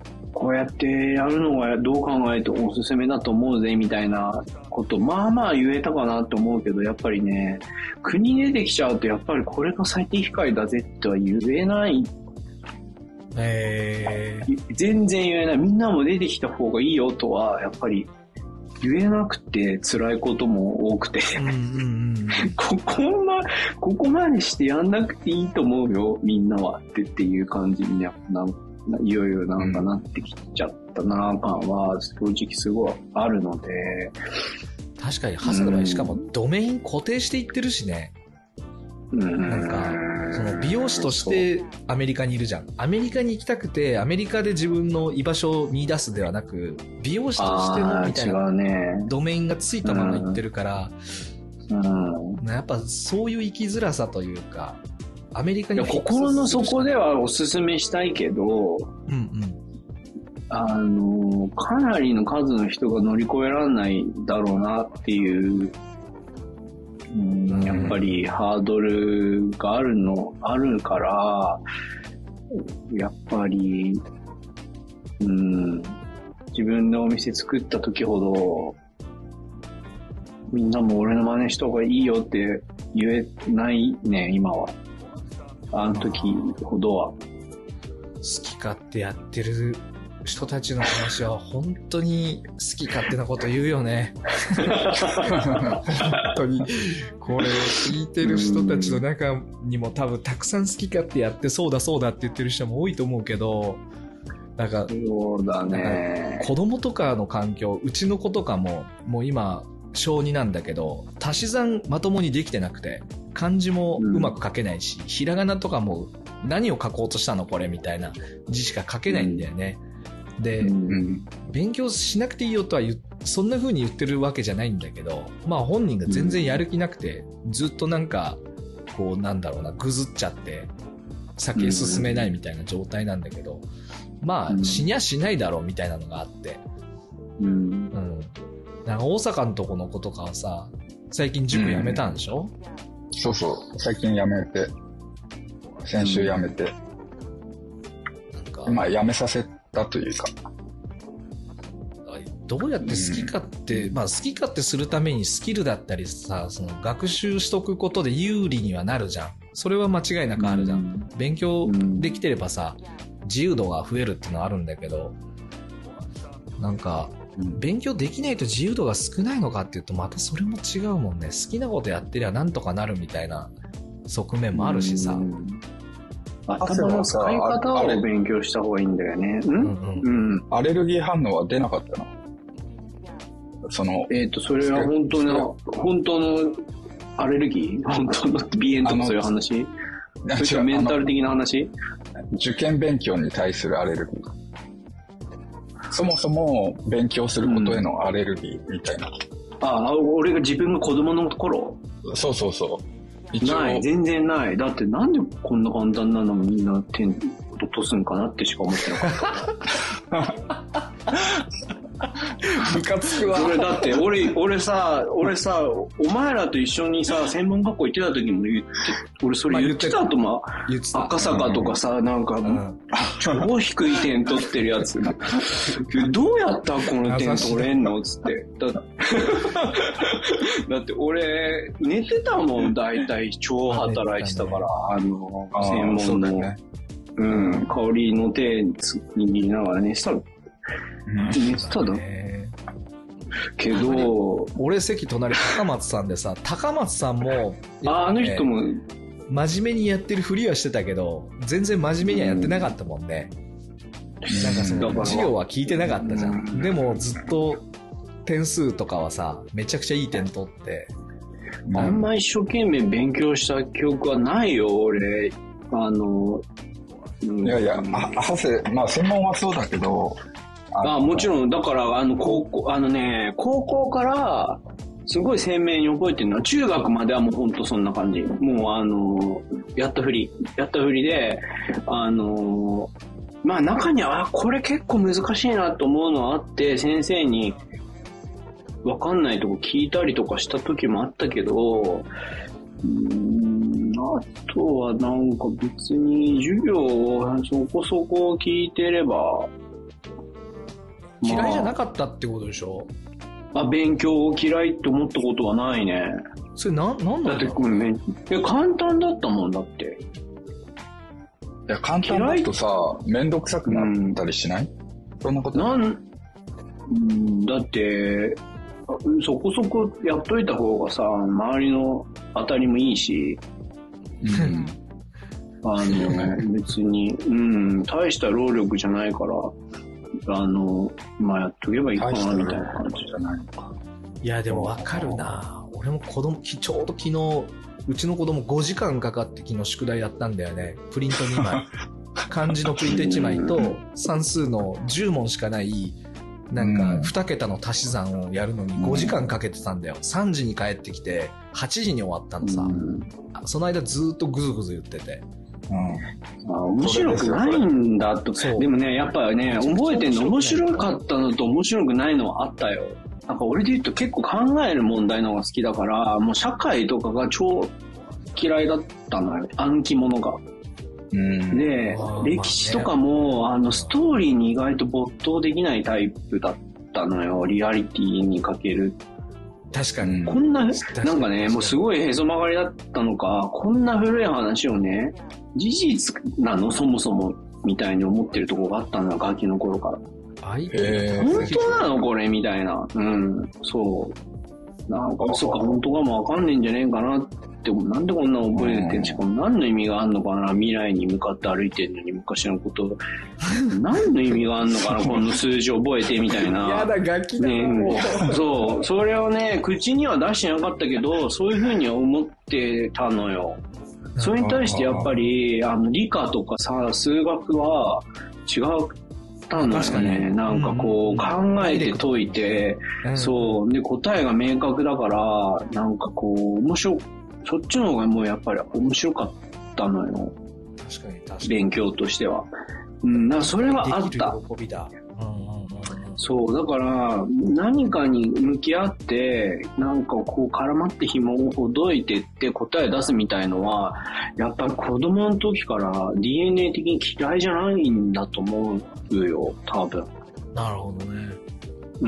こうやってやるのがどう考えてもおすすめだと思うぜみたいなことまあまあ言えたかなって思うけど、やっぱりね国出てきちゃうとやっぱりこれが最適解だぜっては言えない。 えー、 全然言えない。みんなも出てきた方がいいよとはやっぱり言えなくて辛いことも多くてうんうん、うん、ここまここまでしてやんなくていいと思うよみんなはってっていう感じにねないよいよなんかなってきちゃったな感は正直すごいあるので。 確かにハセの場合しかもドメイン固定していってるしね。なんかその美容師としてアメリカにいるじゃん。アメリカに行きたくてアメリカで自分の居場所を見出すではなく、美容師としてのみたいなドメインがついたまま行ってるから、うんうん、やっぱそういう生きづらさというか、アメリカに心の底ではおすすめしたいけど、うんうん、あのかなりの数の人が乗り越えられないだろうなっていう。うん、やっぱりハードルがあるの、あるから、やっぱり、うん、自分でお店作った時ほど、みんなも俺の真似した方がいいよって言えないね、今は。あの時ほどは。 好き勝手やってる人たちの話は本当に好き勝手なこと言うよね。本当にこれを聞いてる人たちの中にも多分たくさん好き勝手やってそうだそうだって言ってる人も多いと思うけど、なんかそうだね。 子供とかの環境、うちの子とかももう今小になんだけど、足し算まともにできてなくて漢字もうまく書けないし、うん、ひらがなとかも何を書こうとしたのこれみたいな字しか書けないんだよね。うんで、うん、勉強しなくていいよとは言そんな風に言ってるわけじゃないんだけど、まあ本人が全然やる気なくて、うん、ずっとなんかこうなんだろうな、ぐずっちゃって先へ進めないみたいな状態なんだけど、うん、まあ死にゃしないだろうみたいなのがあって、うん、うん、なんか大阪のとこの子とかはさ、最近塾辞めたんでしょ、 うん、そうそう、最近辞めて、先週辞めて、うん、なんか今辞めさせだというか、 どうやって好き勝手、うん、まあ好き勝手するためにスキルだったりさ、その学習しとくことで有利にはなるじゃん。それは間違いなくあるじゃん。うん、勉強できてればさ、自由度が増えるっていうのはあるんだけど、なんか、勉強できないと自由度が少ないのかっていうとまたそれも違うもんね。好きなことやってりゃなんとかなるみたいな側面もあるしさ。うん頭の使い方を勉強した方がいいんだよね。うんうん。アレルギー反応は出なかったの？その。 えっと、それは本当の、本当のアレルギー？本当の鼻炎とかそういう話？それとメンタル的な話？ 受験勉強に対するアレルギー。そもそも勉強することへのアレルギーみたいな。 うん、ああ、俺が自分が子供の頃？ そうそうそう。 ない、全然ない。だってなんでこんな簡単なのみんな点落とすんかなってしか思ってなかった。 ムカつくわ。 俺だって俺俺さ俺さお前らと一緒にさ専門学校行ってた時も言って俺それ言ってたと思う。赤坂とかさなんか、うん、超低い点取ってるやつどうやったらこの点取れんのつってだ, だって俺寝てたもん大体超働いてたから、あの専門の、ね、うん香りの手握りながら寝てたの。寝てただけど俺席隣高松さんでさ、高松さんも、ね、 あ, あの人も真面目にやってるふりはしてたけど全然真面目にはやってなかったもんね、うん、なんかその授業は聞いてなかったじゃん、うん、でもずっと点数とかはさめちゃくちゃいい点取って、 あんま一生懸命勉強した記憶はないよ俺。あのいやいや、はせ、まあ専門はそうだけど、 ああもちろんだからあの高校あのね高校からすごい鮮明に覚えてるのは中学まではもう本当そんな感じ。もうあのやったふりやったふりであのまあ中にはあこれ結構難しいなと思うのはあって先生に分かんないとこ聞いたりとかした時もあったけど、うーんあとはなんか別に授業をそこそこ聞いてれば嫌いじゃなかったってことでしょ？ まあ、勉強を嫌いって思ったことはないね。 それな、なんだだってこれめいや簡単だったもんだって。 いや簡単だとさ、めんどくさくなったりしない？うん、そんなことない。なん、 うん、だってそこそこやっといた方がさ、周りの当たりもいいし、うん、あの別に、うん、大した労力じゃないから、あのまあやっとけばいいかなみたいな感じじゃないのか。 いやでもわかるな。俺も子供ちょうど昨日うちの子供ごじかんかかって昨日宿題やったんだよね。プリントにまい漢字のプリントいちまいと算数のじゅう問しかないなんかに桁の足し算をやるのにごじかんかけてたんだよ。さんじに帰ってきてはちじに終わったのさ。その間ずっとぐずぐず言ってて。 うん、あ面白くないんだと。でもねやっぱね覚えてんの面白かったのと面白くないのはあったよ。なんか俺で言うと結構考える問題の方が好きだから、もう社会とかが超嫌いだったのよ。暗記物が。うん、で、歴史とかも、あの、ストーリーに意外と没頭できないタイプだったのよ。リアリティにかける。 確かに。 こんな、なんかね、もうすごいへそ曲がりだったのか、こんな古い話をね、事実なのそもそも、みたいに思ってるところがあったのよ、ガキの頃から。 相手本当なのこれみたいな。うん。そう。なんか嘘か本当かもわかんねえんじゃねえかなって、なんでこんな覚えてて、しかも何の意味があんのかな、未来に向かって歩いてるのに昔のこと。何の意味があんのかな、この数字覚えてみたいな。 やだ、ガキだね。 そう。それをね、口には出してなかったけど、そういうふうに思ってたのよ。それに対してやっぱり、あの、理科とかさ、数学は違う。たんだよね。なんかこう、考えて解いて、そう。で、答えが明確だから、なんかこう、面白、そっちの方がもうやっぱり面白かったのよ。 確かに確かに。 勉強としては。うん、だからそれはあった。 喜びだ。 そう、だから何かに向き合ってなんかこう絡まって紐をほどいてって答え出すみたいのはやっぱり子供の時から ディーエヌエー 的に嫌いじゃないんだと思うよ、多分。 なるほどね。 うん、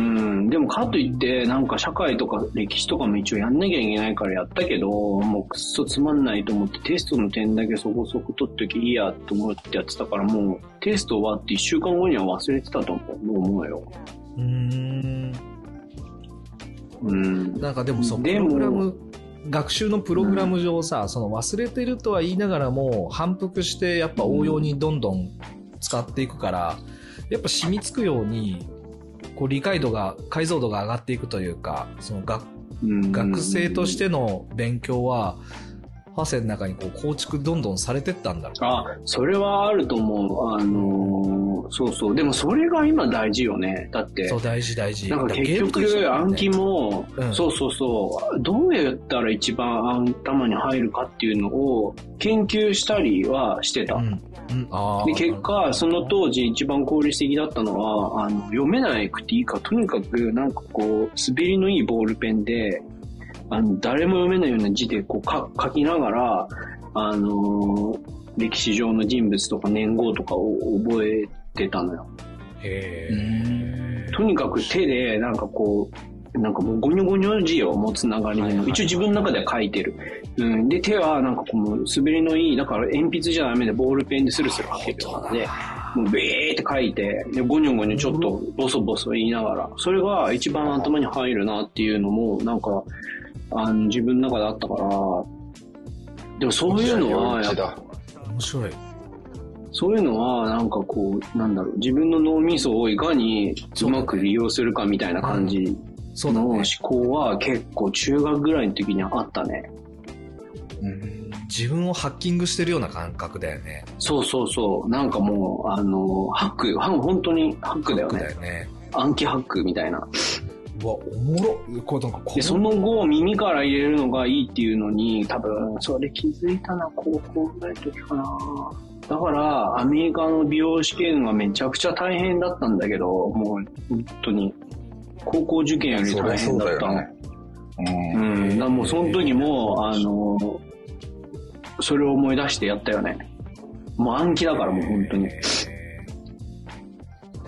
でもかといってなんか社会とか歴史とかも一応やんなきゃいけないからやったけど、もうくっそつまんないと思ってテストの点だけそこそこ取っときゃいいやと思ってやってたから、もうテスト終わっていっしゅうかんごには忘れてたと思うよ。 うーん。 うん。 なんかでもそう、プログラム、学習のプログラム上さ、うん、その忘れてるとは言いながらも反復してやっぱ応用にどんどん使っていくから、やっぱ染みつくようにこう理解度が解像度が上がっていくというか、その 学, 学生としての勉強はハセの中にこう構築どんどんされてったんだろう。 あ、それはあると思う。あのー、そうそう。でもそれが今大事よね。だって。 そう、大事大事。 なんか結局、暗記も、うん、そうそうそう。どうやったら一番頭に入るかっていうのを研究したりはしてた。うんうん、あで結果、その当時一番効率的だったのは、あの読めなくていいか、とにかくなんかこう、滑りのいいボールペンで、あの誰も読めないような字でこうか書きながら、あのー、歴史上の人物とか年号とかを覚えてたのよ。 へー。 とにかく手でなんかこうなんかもうゴニョゴニョ字を持つながりの、はいはいはい、一応自分の中では書いてる。うん、で手はなんかこの滑りのいい、だから鉛筆じゃダメでボールペンでスルスル書けるようなで、もうベーって書いて、でゴニョゴニョちょっとボソボソ言いながら、それが一番頭に入るなっていうのもなんかあの自分の中であったから、でもそういうのはやっぱ面白い。 そういうのはなんかこうなんだろう、自分の脳みそをいかにうまく利用するかみたいな感じの思考は結構中学ぐらいの時にあったね。 うん、自分をハッキングしてるような感覚だよね。 そうそうそう、なんかもうあのハック、本当にハックだよね。 ハックだよね。 暗記ハックみたいな。 うわ、おもろ。こうなんかこでその後耳から入れるのがいいっていうのに多分それ気づいたのは高校ぐらいの時かな。だからアメリカの美容試験がめちゃくちゃ大変だったんだけど、もう本当に高校受験より大変だったの。うん。だからもうその時もあのそれを思い出してやったよね。もう暗記だからもう本当に。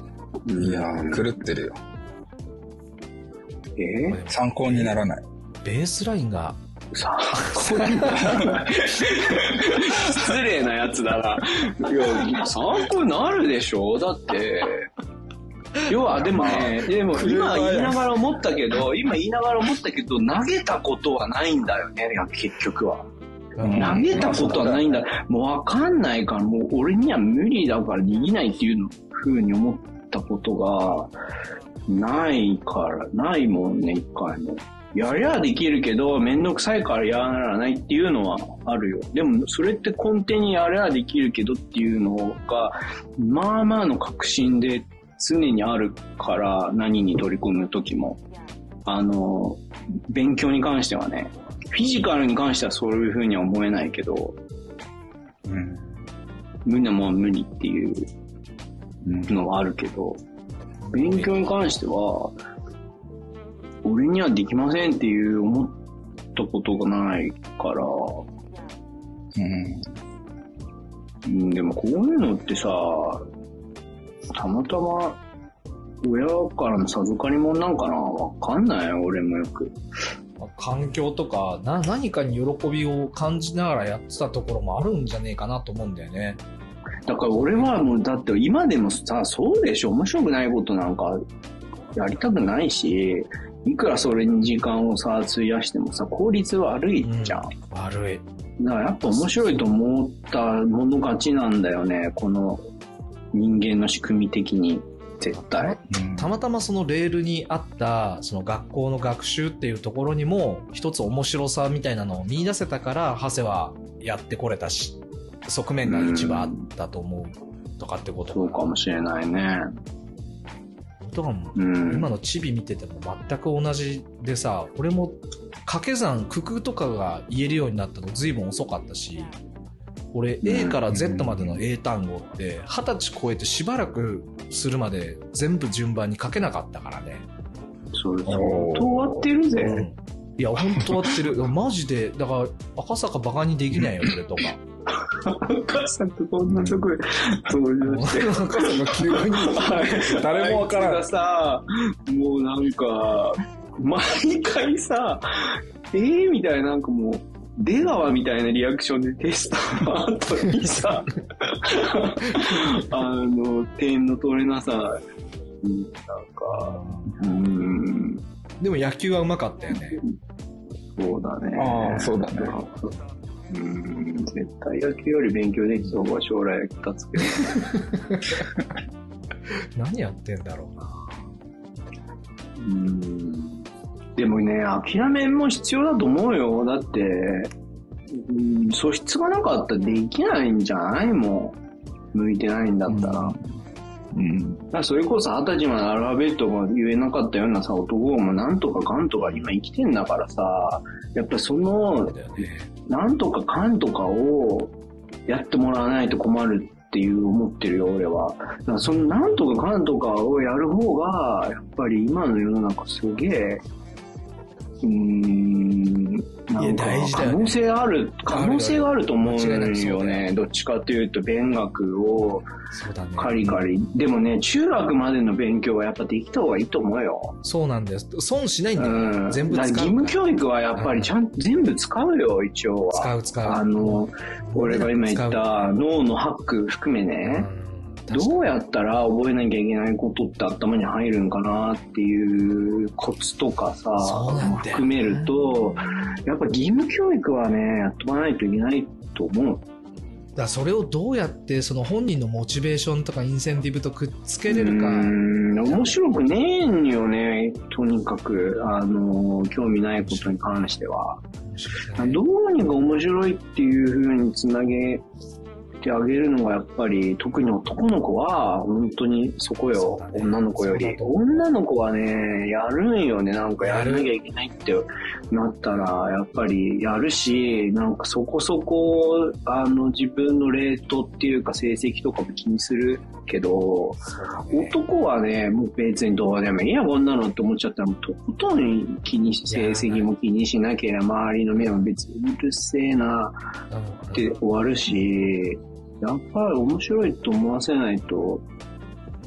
いやー、狂ってるよ。 えー、 参考にならない。 ベースラインが参考にならない失礼なやつだな。いや、参考になるでしょ。だって要はでもね、でも今言いながら思ったけど、今言いながら思ったけど、投げたことはないんだよね、結局は。投げたことはないんだ。もうわかんないから、もう俺には無理だからできないっていう風に思ったことがないから、ないもんね、一回も。やりゃできるけど、めんどくさいからやらないっていうのはあるよ。でも、それって根底にやりゃできるけどっていうのが、まあまあの確信で常にあるから、何に取り組むときも。あの、勉強に関してはね、フィジカルに関してはそういう風には思えないけど、うん、無理なもん無理っていうのはあるけど、勉強に関しては、俺にはできませんっていう思ったことがないから、うん、でもこういうのってさ、たまたま親からの授かり物なんかな、わかんないよ、俺もよく。 環境とかな何かに喜びを感じながらやってたところもあるんじゃねえかなと思うんだよね。 だから俺はもうだって今でもさ、そうでしょ、面白くないことなんかやりたくないし、いくらそれに時間をさ費やしてもさ、効率悪いじゃん、うん、 悪い。 だからやっぱ面白いと思ったもの勝ちなんだよね、この人間の仕組み的に。絶対たまたまそのレールにあったその学校の学習っていうところにも一つ面白さみたいなのを見出せたから長谷はやってこれたし、側面が一番あったと思うとかってことか。 そうかもしれないね。 とかも、うん、今のチビ見てても全く同じでさ、俺も掛け算九九とかが言えるようになったの随分遅かったし、俺 A から Z までの英単語ってはたち超えてしばらくするまで全部順番に書けなかったからね。 それ相当終わってるぜ、うん、 いや本当終わってるマジで。だから赤坂バカにできないよ俺とか赤坂こんなとこで登場して赤坂急に誰もわからないさ、もうなんか毎回さえーみたいな、なんかもう出川みたいなリアクションでテストの後にさあの点の取れなさ、なんかうーん、 でも野球はうまかったよね。 そうだね。 ああ、そうだね。 うーん、絶対野球より勉強できた方が将来役立つけど何やってんだろうな。 うーん、でもね、諦めも必要だと思うよ。だって、うん、素質がなかったらできないんじゃないもん。向いてないんだったら。うん。うん、だからそれこそ二十歳までアルファベットが言えなかったようなさ、男もなんとかかんとか今生きてんだからさ、やっぱその、なんとかかんとかをやってもらわないと困るっていう思ってるよ、俺は。だからそのなんとかかんとかをやる方が、やっぱり今の世の中すげえ、うーん、なんか可能性ある、可能性があると思うよね。どっちかというと勉学をカリカリ、ね、でもね、中学までの勉強はやっぱできた方がいいと思うよ。 そうなんです。損しないんだよ、うん、全部使う。 義務教育はやっぱりちゃんと全部使うよ、一応は。 使う使う。 あの、俺が今言った脳のハック含めね、どうやったら覚えなきゃいけないことって頭に入るんかなっていうコツとかさ、含めると、やっぱ義務教育はね、やっとかないといけないと思う。 だからそれをどうやってその本人のモチベーションとかインセンティブとくっつけれるか。うーん、面白くねえんよね、とにかく、あの、興味ないことに関しては。どうにか面白いっていう風につなげてあげるのがやっぱり、特に男の子は本当にそこよ、ね、女の子より。女の子はね、やるんよね、なんかやらなきゃいけないってなったら、やっぱりやるし、なんかそこそこ、あの自分のレートっていうか成績とかも気にするけど、ね、男はね、もう別にどうでもいいや、こんなのって思っちゃったら、もうとことん気にし、成績も気にしなきゃ、周りの目も別にうるせえなって終わるし、やっぱり面白いと思わせないと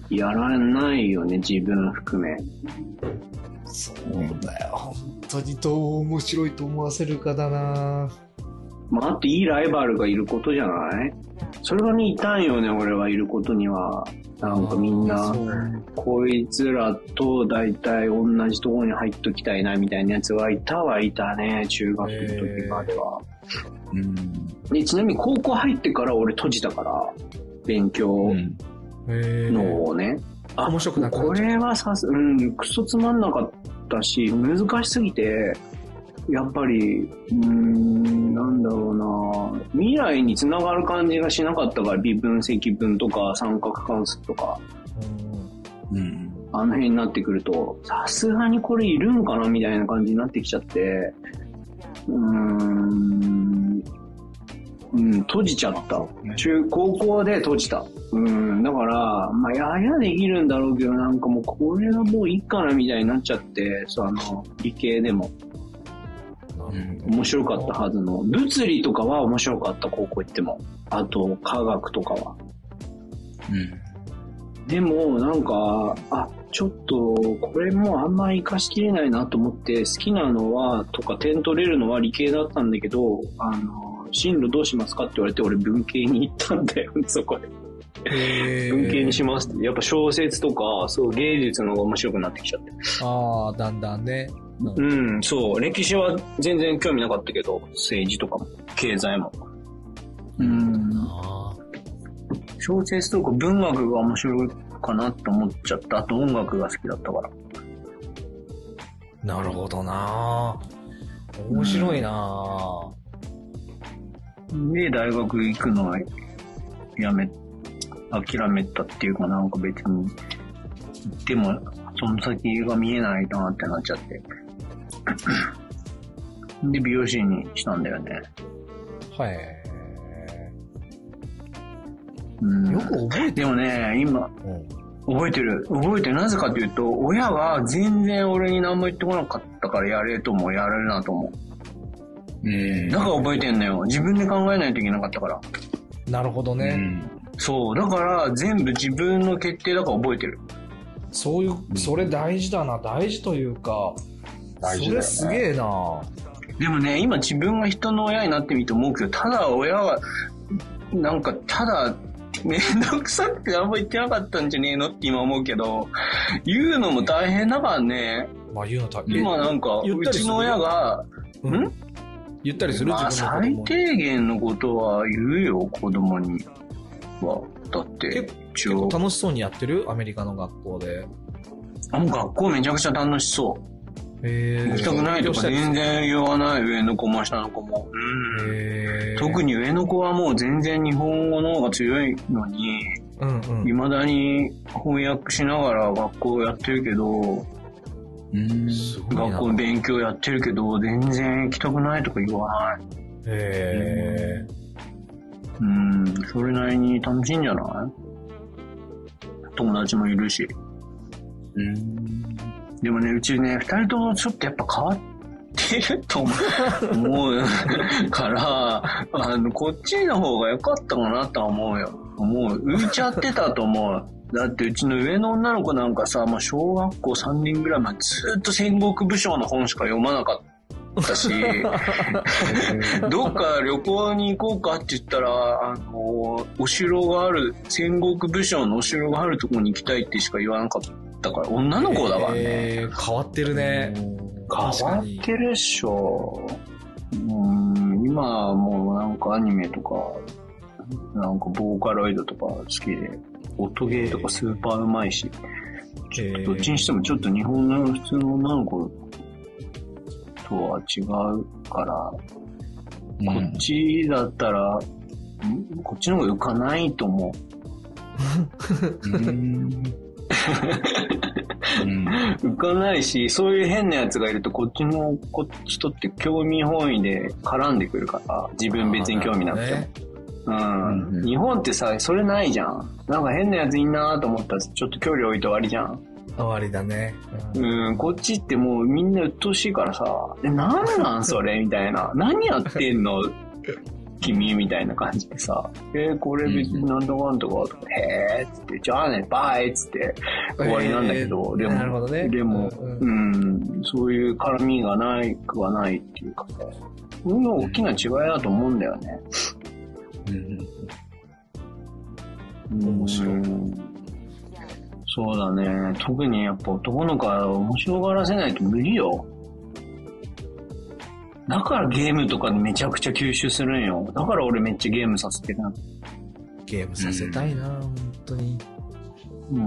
やらないよね、自分含め。 そうだよ。本当にどう面白いと思わせるかだな。 まあ、あっていいライバルがいることじゃない？それがね、いたんよね、俺はいることには。なんかみんな、こいつらと大体同じところに入っときたいなみたいなやつはいたはいたね、中学の時までは。うん、でちなみに高校入ってから俺閉じたから、勉強のをね。 あ、面白くなかった。 これはさす、うん、クソつまんなかったし、難しすぎて、やっぱり、うーん、なんだろうな、未来につながる感じがしなかったから、微分積分とか三角関数とか、うん、あの辺になってくると、さすがにこれいるんかなみたいな感じになってきちゃって、うーん、うん、閉じちゃった。中、高校で閉じた。うん、だから、まあ、ややできるんだろうけど、なんかもうこれがもういいかなみたいになっちゃって、そう、あの、理系でも。うん、面白かったはずの。物理とかは面白かった、高校行っても。あと、科学とかは。うん。でも、なんか、あ、ちょっと、これもあんまり活かしきれないなと思って、好きなのは、とか点取れるのは理系だったんだけど、あの、進路どうしますかって言われて、俺文系に行ったんだよ、そこで。文系にしますって。やっぱ小説とか、そう、芸術の方が面白くなってきちゃって。 ああ、だんだんね。 うん、うん、そう。歴史は全然興味なかったけど、政治とかも、経済も。うん。小説とか文学が面白いかなと思っちゃった。あと音楽が好きだったから。 なるほどな。面白いな。 うん、で、大学行くのはやめ、諦めたっていうか、なんか別に、でも、その先が見えないなってなっちゃって。で、美容師にしたんだよね。 はい。 うん、 よく覚えてる。 でもね、今、うん、覚えてる。覚えてる。なぜかというと、親が全然俺に何も言ってこなかったからやれともやれるなと思う。うん。だから覚えてんのよ。自分で考えないといけなかったから。 なるほどね。うん、 そう。だから全部自分の決定だから覚えてる。 そういう、それ大事だな。大事というか、大事だよね。それすげえな。 でもね、今自分が人の親になってみて思うけど、ただ親は、なんかただ、めんどくさくてあんま言ってなかったんじゃねえのって今思うけど、言うのも大変だからね。 まあ言うの大変。 今なんか、うちの親が、 うん、言ったりする？ まあ最低限のことは言うよ、子供には。だって、 結構楽しそうにやってる？アメリカの学校で。 あ、もう学校めちゃくちゃ楽しそう。へー。行きたくないとか全然言わない、上の子も下の子も。うん。へー。特に上の子はもう全然日本語の方が強いのに、うんうん、未だに翻訳しながら学校やってるけど、うん、学校勉強やってるけど、全然行きたくないとか言わない。へー。うん、それなりに楽しいんじゃない？友達もいるし。うん。でもね、うちね、二人ともちょっとやっぱ変わってると思う、思うから、あの、こっちの方が良かったかなとは思うよ。思う。浮いちゃってたと思う。だってうちの上の女の子なんかさ、まあ、小学校さんねんぐらいまでずっと戦国武将の本しか読まなかったし、どっか旅行に行こうかって言ったら、あの、お城がある、戦国武将のお城があるところに行きたいってしか言わなかった。だから女の子だからね、 えー、変わってるね。 変わってるっしょ。うん、今はもうなんかアニメとかなんかボーカロイドとか好きで、音ゲーとかスーパーうまいし、ちょっとどっちにしてもちょっと日本の普通の女の子とは違うから、うん、こっちだったらこっちの方が浮かないと思う。うんうん、浮かないし、そういう変なやつがいるとこっちのこ人って興味本位で絡んでくるから、自分別に興味なくても、ね、うんうん、日本ってさそれないじゃん。なんか変なやついんなと思ったらちょっと距離置いて終わりじゃん。 終わりだね、 うん、うん、こっちってもうみんな鬱陶しいからさ、えなんなんそれみたいな、何やってんの君みたいな感じでさ、えー、これ別になんとかなんとかとか、へーっつって、じゃあね、バイっつって終わりなんだけど、でも、 なるほどね。 でも、うん、うん、そういう絡みがないくはないっていうかさ、そういうの大きな違いだと思うんだよね。うん。面白い。そうだね。特にやっぱ男の子は面白がらせないと無理よ。だからゲームとかめちゃくちゃ吸収するんよ。だから俺めっちゃゲームさせてるな。 ゲームさせたいな、うん、本当に。 うん。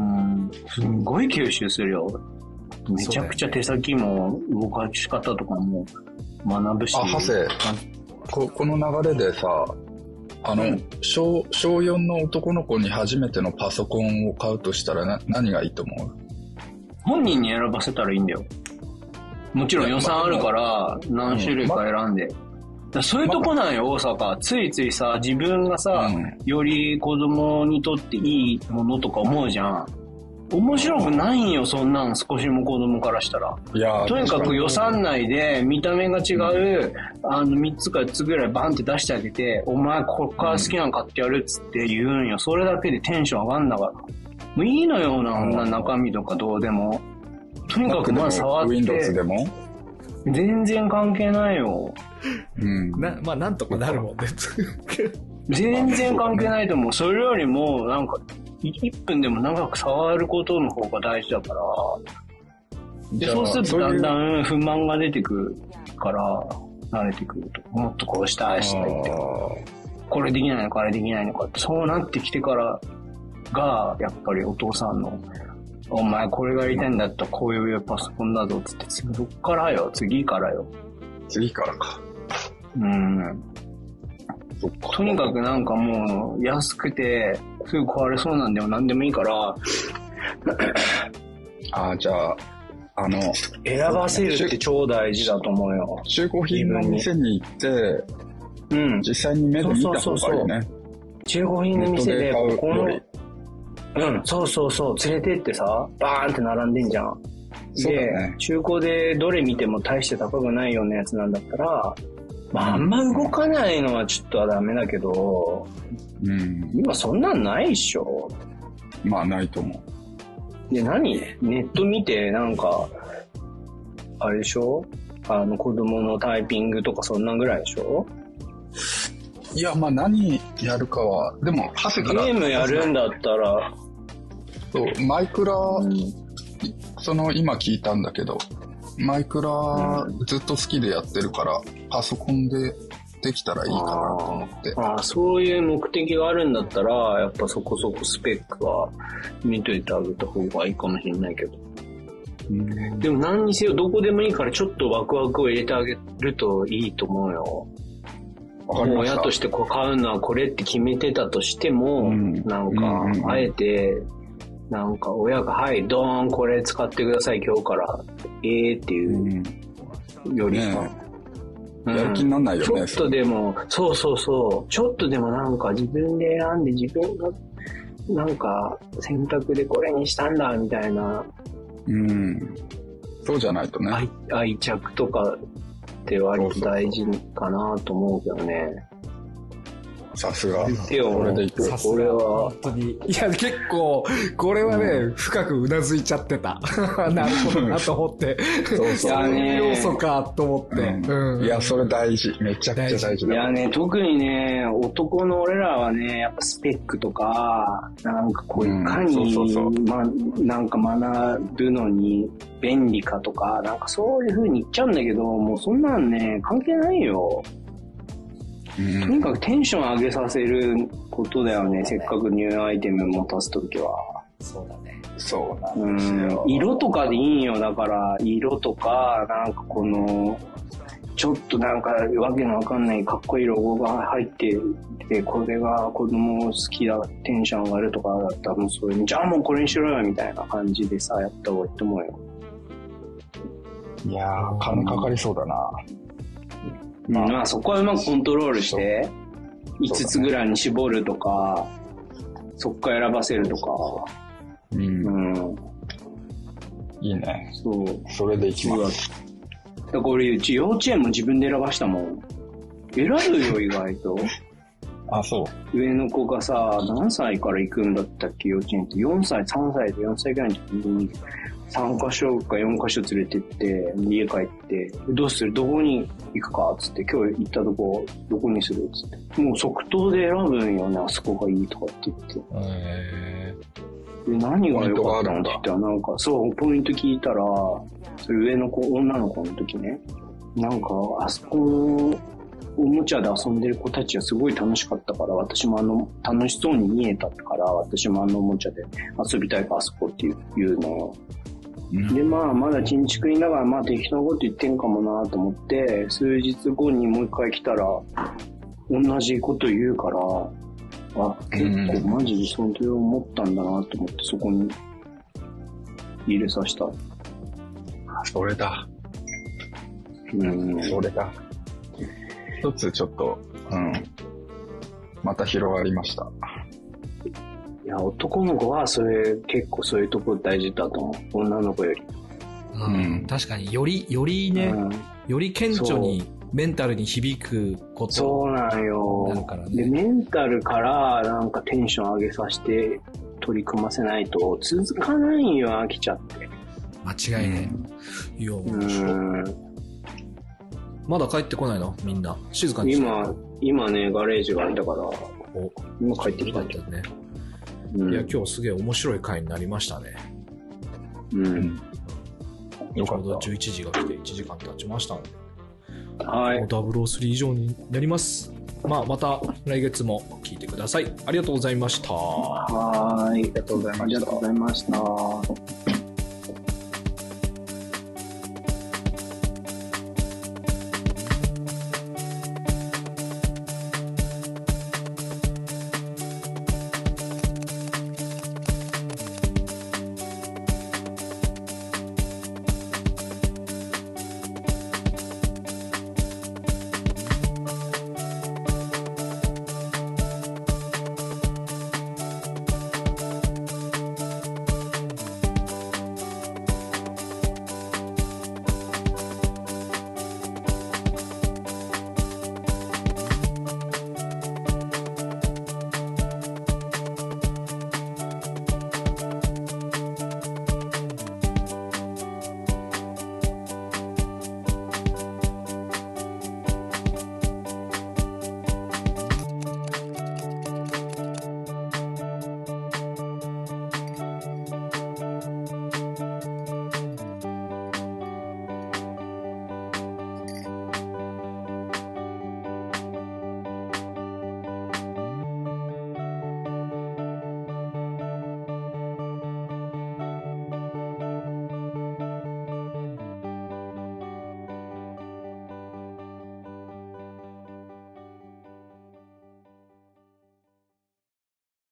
すんごい吸収するよ。めちゃくちゃ手先も動かし方とかも学ぶし。 あ、ハセ、こ, この流れでさ、あの、うん、小、小よんの男の子に初めてのパソコンを買うとしたらな何がいいと思う？ 本人に選ばせたらいいんだよ。もちろん予算あるから何種類か選んで。だそういうとこなんよ、大阪。ついついさ、自分がさ、うん、より子供にとっていいものとか思うじゃん。面白くないんよ、そんなん少しも子供からしたら。いやとにかく予算内で見た目が違う、うん、あのみっつかよっつぐらいバンって出してあげて、お前こっから好きなの買ってやるっつって言うんよ。それだけでテンション上がんだから。もういいのよ、な、な中身とかどうでも。とにかくまあ触って。 Windows でも全然関係ないよ。 うん。な、まあなんとかなるもんね。 全然関係ないと思う。それよりも、なんか、いっぷんでも長く触ることの方が大事だから。で、そうするとだんだん不満が出てくるから、慣れてくると。もっとこうしたいしたいって。これできないのか、あれできないのかって。そうなってきてからが、やっぱりお父さんの、お前これがやりたいんだったらこういうパソコンだぞっつって、次どっからよ、次からよ。 次からか。 うん。とにかくなんかもう安くてすぐ壊れそうなんでも何でもいいからああ、じゃああの選ばせるって超大事だと思うよ。 中古品の店に行ってうん、実際に目で見た方がいいね。そうそうそうそう、 中古品の店でここのうん、そうそうそう、連れてってさ、バーンって並んでんじゃん。で、ね、中古でどれ見ても大して高くないようなやつなんだったら、まあ、あんま動かないのはちょっとはダメだけど、うん、今そんなんないっしょ。 まあないと思う。で、何？ネット見てなんか、あれでしょ？あの子供のタイピングとかそんなんぐらいでしょ？ いや、まあ何やるかは、でも、ハセから。 ゲームやるんだったら。 そう、マイクラ、うん、その今聞いたんだけど、マイクラずっと好きでやってるから、パソコンでできたらいいかなと思って。 ああ、そういう目的があるんだったら、やっぱそこそこスペックは見といてあげた方がいいかもしれないけど。うん、でも何にせよどこでもいいからちょっとワクワクを入れてあげるといいと思うよ。もう親としてこう買うのはこれって決めてたとしても、うん、なんか、うん、あえて、なんか親が、はい、ドーンこれ使ってください今日から、えーっていうよりか、ねうん、やる気になんないよね。 ちょっとでも、そうそうそう、ちょっとでもなんか自分で選んで自分が、なんか選択でこれにしたんだみたいな。 うん。そうじゃないとね。 愛、愛着とか、って割と大事かなと思うけどね。 さすが。 手をこれでいく。これは。 本当に。いや、結構、これはね、うん、深くうなずいちゃってた。なるほどなと思って。そうそう。いう要素かと思って、 うんうん。いや、それ大事。めちゃくちゃ大事だ。 いやね、特にね、男の俺らはね、やっぱスペックとか、なんかこう、いかに、ま、なんか学ぶのに便利かとか、なんかそういう風に言っちゃうんだけど、もうそんなんね、関係ないよ。とにかくテンション上げさせることだよね。せっかくニューアイテム持たすときは。 そうだね。 そうなんですよ。 色とかでいいんよ。だから色とかなんかこのちょっとなんかわけのわかんないかっこいいロゴが入ってて、これが子供好きだ、テンション上がるとかだったらもうそれにじゃあもうこれにしろよみたいな感じでさやった方がいいと思うよ。 いやー金かかりそうだな。 まあ、まあそこはうまくコントロールしていつつぐらいに絞るとか、そっから選ばせるとか。 うん、うん、いいね。 そう、 それでいきます。 だから俺うち幼稚園も自分で選ばしたもん。 選ぶよ、意外と。 あ、そう。 上の子がさ、何歳から行くんだったっけ、幼稚園って。よんさい、さんさいとよんさいぐらいの時に、さんカ所かよんカ所連れてって、家帰って、どうするどこに行くかつって、今日行ったとこ、どこにするつって。もう即答で選ぶんよね、あそこがいいとかって言って。 へで、何が良かったのって言ったら、なんか、そう、ポイント聞いたら、それ上の子、女の子の時ね、なんか、あそこの、おもちゃで遊んでる子たちはすごい楽しかったから、私もあの、楽しそうに見えたから、私もあのおもちゃで遊びたいから遊ぼうっていうのよ。うん、で、まあ、まだちんちくりながら、まあ、適当なこと言ってんかもなと思って、数日後にもう一回来たら、同じこと言うから、あ、結構マジでその時思ったんだなと思って、そこに入れさせた。 それだ。 うん。 それだ。一つちょっと、うん。また広がりました。 いや、男の子はそれ、結構そういうとこ大事だと思う。女の子より。 うん。うん、確かに、より、よりね、うん、より顕著にメンタルに響くこと。 そうなんよ。なるからね。で、メンタルからなんかテンション上げさせて取り組ませないと続かないんよ、飽きちゃって。 間違いね。うん、いや、面白い。まだ帰ってこないのみんな。静かにして今、今ね、ガレージが開いたから、お今帰ってきたんだよね。 うん、いや、今日すげえ面白い回になりましたね。 うん。 ちょうどじゅういちじが来ていちじかん経ちましたので。 はい。 ダブルオースリー以上になります。まあ、また来月も聞いてください。ありがとうございました。 はい。ありがとうございました。ありがとうございました。